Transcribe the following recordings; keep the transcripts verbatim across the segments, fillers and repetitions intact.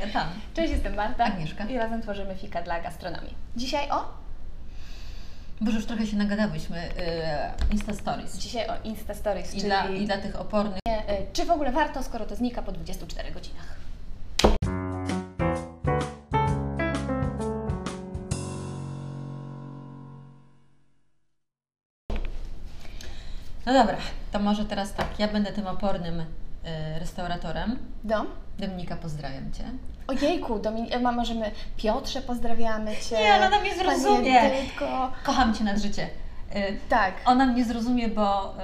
tam. Cześć, jestem Marta. Agnieszka. I razem tworzymy Fika dla gastronomii. Dzisiaj o? Bo już trochę się nagadałyśmy. Yy, Insta Stories. Dzisiaj o Insta Stories, I, czyli... dla, I dla tych opornych. Yy, czy w ogóle warto, skoro to znika po dwudziestu czterech godzinach? No dobra, to może teraz tak. Ja będę tym opornym y, restauratorem. Do? Dominika, pozdrawiam Cię. Ojejku, Domin- ma, możemy... Piotrze, pozdrawiamy Cię. Nie, ale ona mnie zrozumie. Panie Edytko. Kocham Cię nad życie. Y, Tak. Ona mnie zrozumie, bo...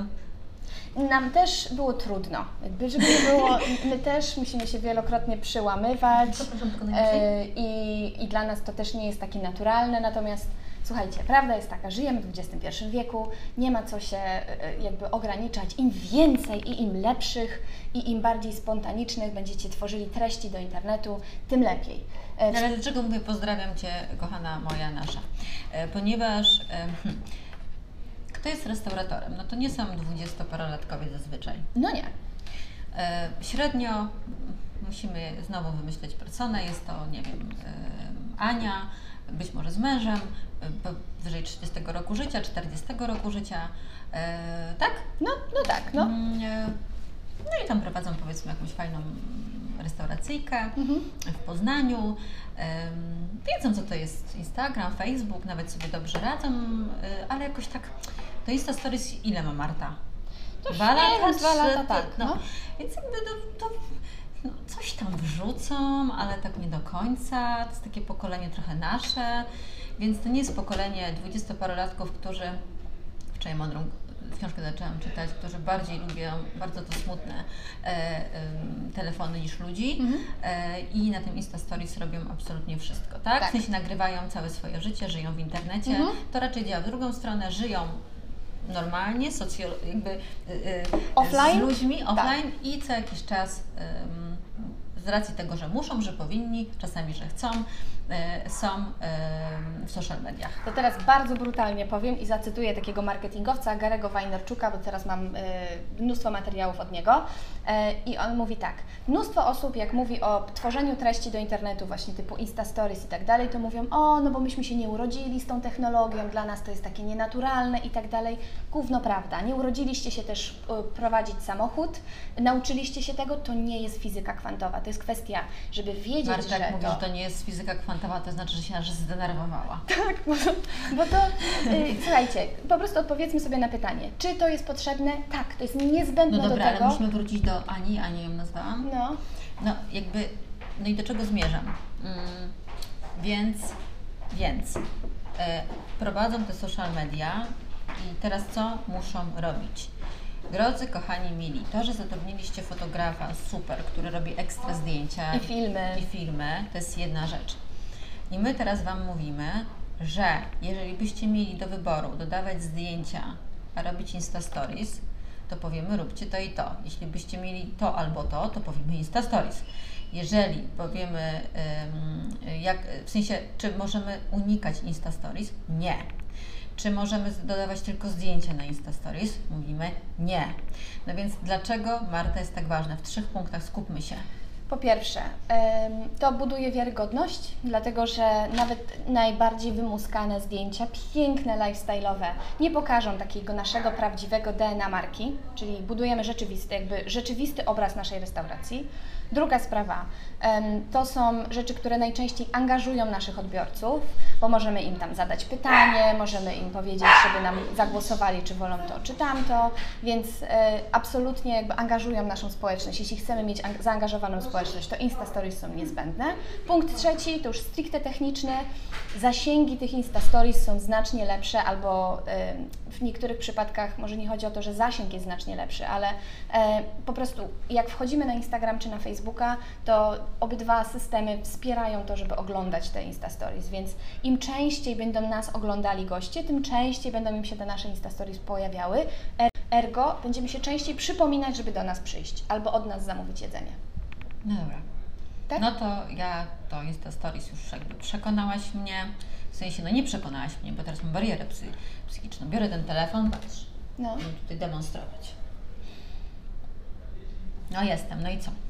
Y, Nam też było trudno. Jakby, żeby nie było, my też musimy się wielokrotnie przyłamywać Przepraszam, tylko e, najmocniej. i, i dla nas to też nie jest takie naturalne, natomiast słuchajcie, prawda jest taka, żyjemy w dwudziestym pierwszym wieku, nie ma co się e, jakby ograniczać. Im więcej i im lepszych i im bardziej spontanicznych będziecie tworzyli treści do internetu, tym lepiej. E, Ale dlaczego mówię pozdrawiam Cię, kochana moja nasza? E, ponieważ... E, hmm, kto jest restauratorem? No to nie są dwudziestoparolatkowie zazwyczaj. No nie. E, średnio musimy znowu wymyśleć personę. Jest to, nie wiem, e, Ania, być może z mężem, e, wyżej trzydziestego roku życia, czterdziestego roku życia, e, tak? No, no tak, no. Mm, e, no i tam prowadzą, powiedzmy, jakąś fajną restauracyjkę Mhm. w Poznaniu. E, wiedzą, co to jest Instagram, Facebook, nawet sobie dobrze radzą, e, ale jakoś tak to Insta Stories ile ma Marta? To Dwa nie lata? wiem, dwa trzy? lata, tak, No. no. Więc jakby to, to no, coś tam wrzucą, ale tak nie do końca. To jest takie pokolenie trochę nasze, więc to nie jest pokolenie dwudziestoparolatków, którzy, wczoraj mądrą książkę zaczęłam czytać, którzy bardziej lubią, bardzo to smutne, e, e, telefony niż ludzi Mhm. e, i na tym Insta Stories robią absolutnie wszystko, tak? Tak. W sensie nagrywają całe swoje życie, żyją w internecie, Mhm. to raczej działa w drugą stronę, żyją normalnie, socjo, jakby y, y, Offline? z ludźmi, offline i co jakiś czas ym, z racji tego, że muszą, że powinni, czasami, że chcą, y, są ym, w social mediach. To teraz bardzo brutalnie powiem i zacytuję takiego marketingowca Garego Vaynerchuka, bo teraz mam y, mnóstwo materiałów od niego y, i on mówi tak, mnóstwo osób jak mówi o tworzeniu treści do internetu właśnie typu Insta Stories i tak dalej, to mówią, o no bo myśmy się nie urodzili z tą technologią, dla nas to jest takie nienaturalne i tak dalej. Gówno prawda, nie urodziliście się też y, prowadzić samochód, nauczyliście się tego, to nie jest fizyka kwantowa, to jest kwestia, żeby wiedzieć, Marta, że jak mówi, to... że to nie jest fizyka kwantowa, to znaczy, że się aż zdenerwowała. Tak, bo, bo to, y, słuchajcie, po prostu odpowiedzmy sobie na pytanie, czy to jest potrzebne? Tak, to jest niezbędne No do dobra, tego. ale musimy wrócić do Ani, Ani ją nazwałam. No, No jakby, no i do czego zmierzam? Mm, więc, więc e, prowadzą te social media i teraz co muszą robić? Drodzy, kochani, mili, to, że zatrudniliście fotografa, super, który robi ekstra zdjęcia i filmy. i filmy, to jest jedna rzecz. I my teraz Wam mówimy, że jeżeli byście mieli do wyboru dodawać zdjęcia, a robić Insta Stories, to powiemy róbcie to i to. Jeśli byście mieli to albo to, to powiemy Insta Stories. Jeżeli powiemy, ym, jak, w sensie, czy możemy unikać Insta Stories? Nie. Czy możemy dodawać tylko zdjęcia na Insta Stories? Mówimy nie. No więc dlaczego Marta jest tak ważna? W trzech punktach skupmy się. Po pierwsze, ym, to buduje wiarygodność, dlatego że nawet najbardziej wymuskane zdjęcia, piękne, lifestyle'owe, nie pokażą takiego naszego prawdziwego D N A marki, czyli budujemy rzeczywisty, jakby rzeczywisty obraz naszej restauracji. Druga sprawa, ym, to są rzeczy, które najczęściej angażują naszych odbiorców, bo możemy im tam zadać pytanie, możemy im powiedzieć, żeby nam zagłosowali, czy wolą to, czy tamto, więc y, absolutnie jakby angażują naszą społeczność. Jeśli chcemy mieć ang- zaangażowaną społeczność, to Insta Stories są niezbędne. Punkt trzeci, to już stricte techniczny, zasięgi tych Insta Stories są znacznie lepsze, albo y, w niektórych przypadkach może nie chodzi o to, że zasięg jest znacznie lepszy, ale y, po prostu jak wchodzimy na Instagram czy na Facebooka, to obydwa systemy wspierają to, żeby oglądać te Insta Stories, więc im częściej będą nas oglądali goście, tym częściej będą im się te nasze Insta Stories pojawiały. Ergo będziemy się częściej przypominać, żeby do nas przyjść albo od nas zamówić jedzenie. No dobra. Tak? No to ja to Insta Stories już jakby przekonałaś mnie, w sensie no nie przekonałaś mnie, bo teraz mam barierę psy, psychiczną. Biorę ten telefon, patrz, No. będę tutaj demonstrować. No jestem, no i co?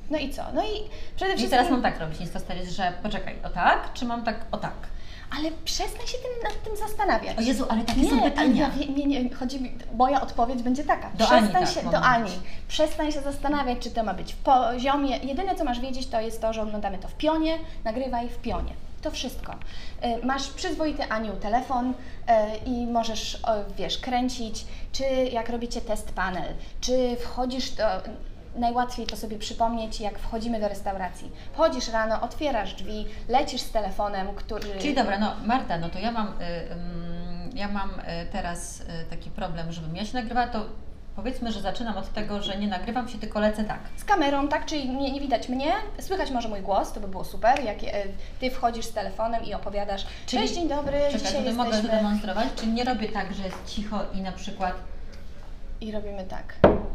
No i co? No i przede I wszystkim... teraz mam tak robić Insta Stories, że poczekaj, o tak, czy mam tak, o tak? Ale przestań się tym, nad tym zastanawiać. O Jezu, ale takie nie, są pytania. Ale ja, nie, nie, chodzi mi, moja odpowiedź będzie taka. Do przestań Ani, tak, się, moment. do Ani. Przestań się zastanawiać, czy to ma być w poziomie. Jedyne, co masz wiedzieć, to jest to, że oglądamy to w pionie, nagrywaj w pionie. To wszystko. Y, Masz przyzwoity, Aniu, telefon y, i możesz, o, wiesz, kręcić, czy jak robicie test panel, czy wchodzisz do... Najłatwiej to sobie przypomnieć, jak wchodzimy do restauracji. Wchodzisz rano, otwierasz drzwi, lecisz z telefonem, który... Czyli dobra, no Marta, no to ja mam, y, ym, ja mam y, teraz y, taki problem, żebym ja się nagrywała, to powiedzmy, że zaczynam od tego, że nie nagrywam się, tylko lecę tak. Z kamerą, tak? Czyli nie, nie widać mnie, słychać może mój głos, to by było super, jak e, Ty wchodzisz z telefonem i opowiadasz, Czyli- cześć, dzień dobry, Czekaj, dzisiaj tutaj mogę jesteśmy... zademonstrować, czy nie robię tak, że jest cicho i na przykład I robimy tak.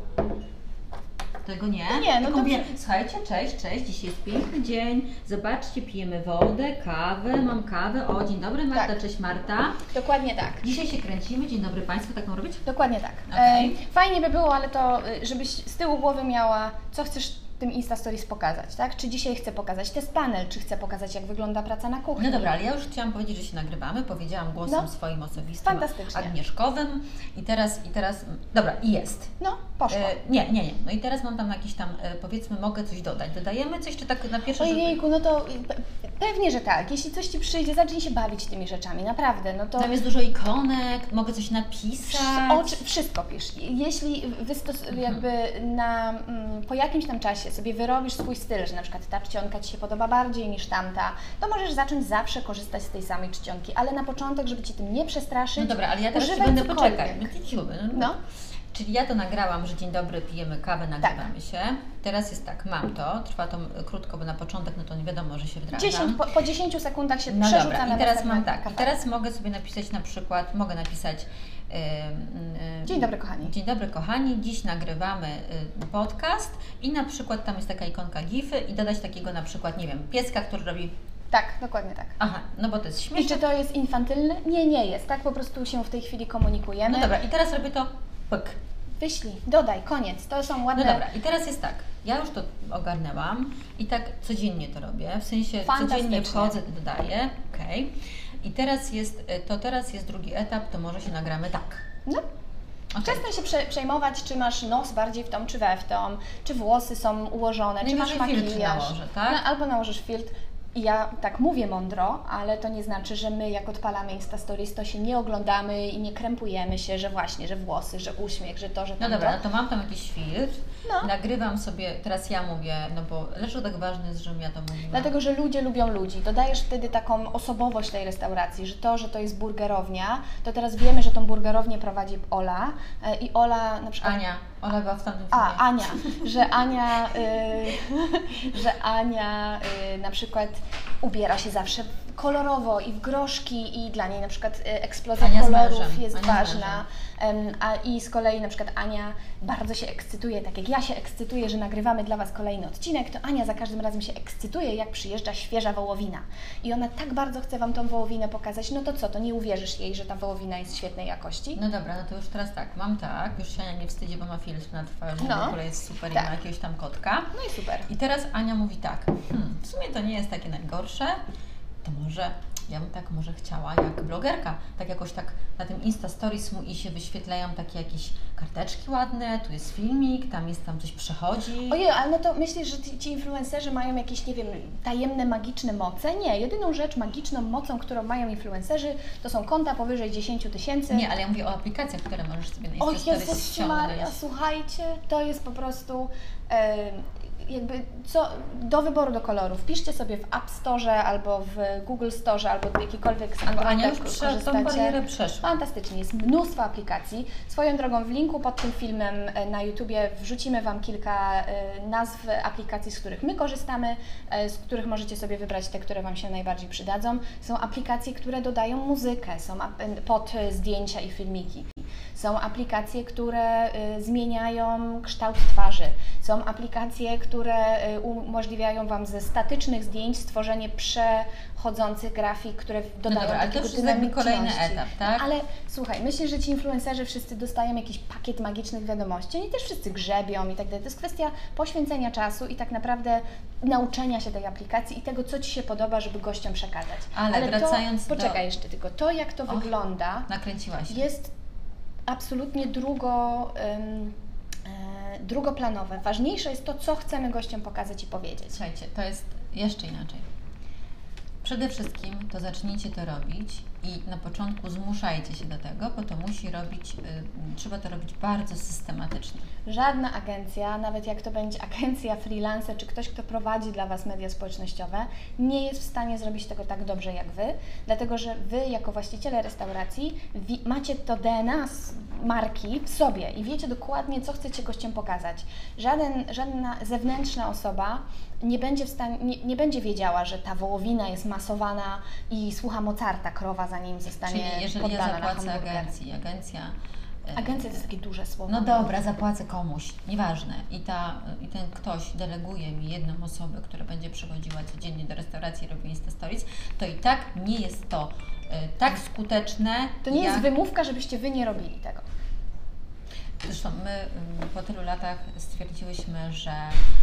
tego nie? No nie, no Tylko dobrze. mówię, słuchajcie, cześć, cześć, dzisiaj jest piękny dzień, zobaczcie, pijemy wodę, kawę, mam kawę, o, dzień dobry Marta, Tak. cześć Marta. Dokładnie tak. Dzisiaj się kręcimy, dzień dobry Państwu, tak mam robić? Dokładnie tak. Okej. E, fajnie by było, ale to, y, żebyś z tyłu głowy miała, co chcesz tym Insta Stories pokazać, tak? Czy dzisiaj chcę pokazać test panel, czy chcę pokazać, jak wygląda praca na kuchni. No dobra, ale ja już chciałam powiedzieć, że się nagrywamy, powiedziałam głosem No. swoim osobistym, Fantastycznie. agnieszkowym i teraz, i teraz, dobra, i jest. No, poszło. E, nie, nie, nie, no i teraz mam tam jakiś tam, e, powiedzmy, mogę coś dodać, dodajemy coś, czy tak na pierwsze rzuty? Ojejku, no to y, pe- pewnie, że tak. Jeśli coś Ci przyjdzie, zacznij się bawić tymi rzeczami, naprawdę. No to... Tam jest dużo ikonek, mogę coś napisać. Oczy, wszystko pisz. Jeśli wystos- jakby na, mm, po jakimś tam czasie sobie wyrobisz swój styl, że na przykład ta czcionka Ci się podoba bardziej niż tamta, to możesz zacząć zawsze korzystać z tej samej czcionki, ale na początek, żeby Ci tym nie przestraszyć, No dobra, ale ja teraz się używaj będę cokolwiek. poczekać. No, ty ciuby, no. No. Czyli ja to nagrałam, że dzień dobry, pijemy kawę, nagrywamy się. Teraz jest tak, mam to, trwa to m- krótko, bo na początek no to nie wiadomo, że się wdrażam. dziesięć, po, po dziesięciu sekundach się No przerzuca dobra, na i teraz następny mam tak, i kawałek. teraz mogę sobie napisać na przykład, mogę napisać ym, ym, Dzień dobry, kochani. Dzień dobry kochani, dziś nagrywamy y, podcast i na przykład tam jest taka ikonka gify i dodać takiego na przykład, nie wiem, pieska, który robi, Tak, dokładnie tak. aha, no bo to jest I śmieszne. czy to jest infantylne? Nie, nie jest. Tak po prostu się w tej chwili komunikujemy. No dobra, i teraz robię to pyk. Wyślij, dodaj, koniec. To są ładne... No dobra, i teraz jest tak, ja już to ogarnęłam i tak codziennie to robię, w sensie Fantastycznie. codziennie wchodzę, dodaję, okej. I teraz jest, to teraz jest drugi etap, to może się nagramy tak. No. Okej. Przestań się prze, przejmować, czy masz nos bardziej w tą, czy we w tą, czy włosy są ułożone, czy masz Najwyżej filtr makijaż. nałożę, tak? No, albo nałożysz filtr. I ja tak mówię mądro, ale to nie znaczy, że my jak odpalamy Insta Stories, to się nie oglądamy i nie krępujemy się, że właśnie, że włosy, że uśmiech, że to, że No tamto. dobra, no to mam tam jakiś filtr, No. nagrywam sobie, teraz ja mówię, no bo dlaczego tak ważne jest, żebym ja to mówiła? Dlatego, że ludzie lubią ludzi. Dodajesz wtedy taką osobowość tej restauracji, że to, że to jest burgerownia, to teraz wiemy, że tą burgerownię prowadzi Ola e, i Ola na przykład... Ania, Ola była w tamtym filmie. A, Ania, że Ania, y, że Ania y, na przykład ubiera się zawsze kolorowo i w groszki i dla niej na przykład y, eksplozja Ania z kolorów mężem, jest Ania z ważna. Em, a i z kolei na przykład Ania bardzo się ekscytuje, tak jak ja się ekscytuję, że nagrywamy dla Was kolejny odcinek, to Ania za każdym razem się ekscytuje, jak przyjeżdża świeża wołowina. I ona tak bardzo chce Wam tą wołowinę pokazać, no to co, to nie uwierzysz jej, że ta wołowina jest świetnej jakości? No dobra, no to już teraz tak, mam tak, już się Ania nie wstydzi, bo ma filtr na twarzy, No. w ogóle jest super Tak. i ma jakiegoś tam kotka. No i super. I teraz Ania mówi tak, hmm, w sumie to nie jest takie najgorsze, to może ja bym tak może chciała jak blogerka, tak jakoś tak na tym Insta Stories mu i się wyświetlają takie jakieś karteczki ładne, tu jest filmik, tam jest tam coś przechodzi. Ojej, ale no to myślisz, że ci, ci influencerzy mają jakieś, nie wiem, tajemne, magiczne moce? Nie, jedyną rzecz magiczną mocą, którą mają influencerzy, to są konta powyżej dziesięć tysięcy. Nie, ale ja mówię o aplikacjach, które możesz sobie na O Insta Stories Jezus ściągnąć. Maria, słuchajcie, to jest po prostu e, jakby co do wyboru do kolorów. Piszcie sobie w App Store albo w Google Store albo jakikolwiek z Bo Ania Androida już prze, tą korzystacie. barierę przeszła. Fantastycznie, jest mnóstwo aplikacji. Swoją drogą w linku pod tym filmem e, na YouTubie wrzucimy Wam kilka e, nazw aplikacji, z których my korzystamy, e, z których możecie sobie wybrać te, które Wam się najbardziej przydadzą. Są aplikacje, które dodają muzykę, są ap- pod e, zdjęcia i filmiki. są aplikacje, które y, zmieniają kształt twarzy, są aplikacje, które y, umożliwiają Wam ze statycznych zdjęć stworzenie przechodzących grafik, które dodają No dobra, ale to takiego już jest jakby kolejny dynamiczności. etap, tak? No, ale słuchaj, myślę, że ci influencerzy wszyscy dostają jakiś pakiet magicznych wiadomości, oni też wszyscy grzebią i tak dalej. To jest kwestia poświęcenia czasu i tak naprawdę nauczenia się tej aplikacji i tego, co Ci się podoba, żeby gościom przekazać. Ale, ale wracając to, do... Poczekaj jeszcze tylko, to jak to Och, wygląda, nakręciłaś się. jest absolutnie drugo, um, e, drugoplanowe. Ważniejsze jest to, co chcemy gościom pokazać i powiedzieć. Słuchajcie, to jest jeszcze inaczej. Przede wszystkim to zacznijcie to robić i na początku zmuszajcie się do tego, bo to musi robić, y, trzeba to robić bardzo systematycznie. Żadna agencja, nawet jak to będzie agencja, freelancer, czy ktoś, kto prowadzi dla Was media społecznościowe, nie jest w stanie zrobić tego tak dobrze jak Wy, dlatego że Wy, jako właściciele restauracji, wi- macie to D N A z marki w sobie i wiecie dokładnie, co chcecie gościom pokazać. Żaden, żadna zewnętrzna osoba nie będzie, w stanie, nie, nie będzie wiedziała, że ta wołowina jest masowana i słucha Mozarta, krowa, zanim zostanie Czyli jeżeli ja poddana na zapłacę hamburger. agencji, agencja... y, Agencja to jest takie duże słowo. No dobra, zapłacę komuś, nieważne. I, ta, I ten ktoś deleguje mi jedną osobę, która będzie przychodziła codziennie do restauracji i robi Insta Stories, to i tak nie jest to y, tak skuteczne. To nie jak... jest wymówka, żebyście Wy nie robili tego. Zresztą my y, po tylu latach stwierdziłyśmy, że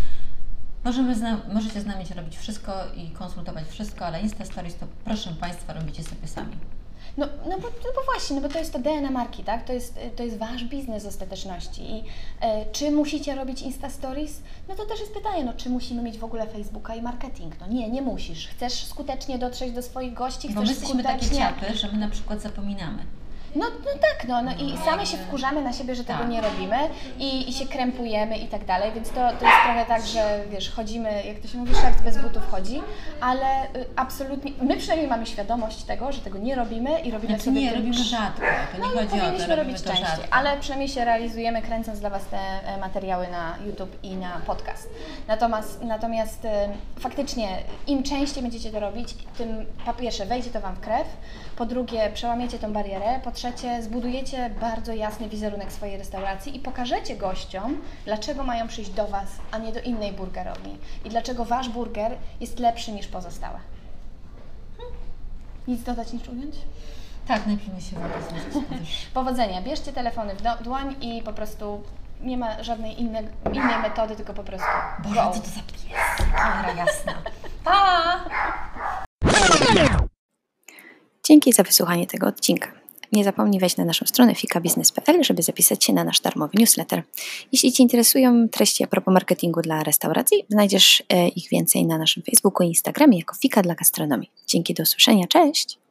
możemy zna, możecie z nami robić wszystko i konsultować wszystko, ale Insta Stories to proszę Państwa robicie sobie sami. No, no, bo, no bo właśnie, no bo to jest to D N A marki, tak? To jest, to jest Wasz biznes w ostateczności. I e, czy musicie robić Insta Stories? No to też jest pytanie, no czy musimy mieć w ogóle Facebooka i marketing? No nie, nie musisz. Chcesz skutecznie dotrzeć do swoich gości, Bo chcesz my jesteśmy skutecznie... takie ciapy, że my na przykład zapominamy. No, no tak, no, no i same się wkurzamy na siebie, że tego Tak. nie robimy i, i się krępujemy i tak dalej, więc to, to jest trochę tak, że wiesz, chodzimy, jak to się mówi, szewc bez butów chodzi, ale y, absolutnie, my przynajmniej mamy świadomość tego, że tego nie robimy i robimy Znaczy sobie nie, tym robimy krz- rzadko, to nie No, chodzi o to, powinniśmy robimy robić to częściej, rzadko. ale przynajmniej się realizujemy, kręcąc dla Was te e, materiały na YouTube i na podcast. Natomiast, natomiast e, faktycznie im częściej będziecie to robić, tym po pierwsze wejdzie to Wam w krew, po drugie przełamiecie tą barierę, po trzecie zbudujecie bardzo jasny wizerunek swojej restauracji i pokażecie gościom, dlaczego mają przyjść do Was, a nie do innej burgerowni i dlaczego Wasz burger jest lepszy niż pozostałe. Hmm. Nic dodać, nic ująć? Tak, najpierw się wyobrazić. Powodzenia. Bierzcie telefony w do- dłoń i po prostu nie ma żadnej innej, innej metody, tylko po prostu Boże, go. co to za pies? Cholera jasna. Pa! Dzięki za wysłuchanie tego odcinka. Nie zapomnij wejść na naszą stronę fikabiznes kropka p l, żeby zapisać się na nasz darmowy newsletter. Jeśli Cię interesują treści a propos marketingu dla restauracji, znajdziesz ich więcej na naszym Facebooku i Instagramie jako Fika dla Gastronomii. Dzięki, do usłyszenia, cześć!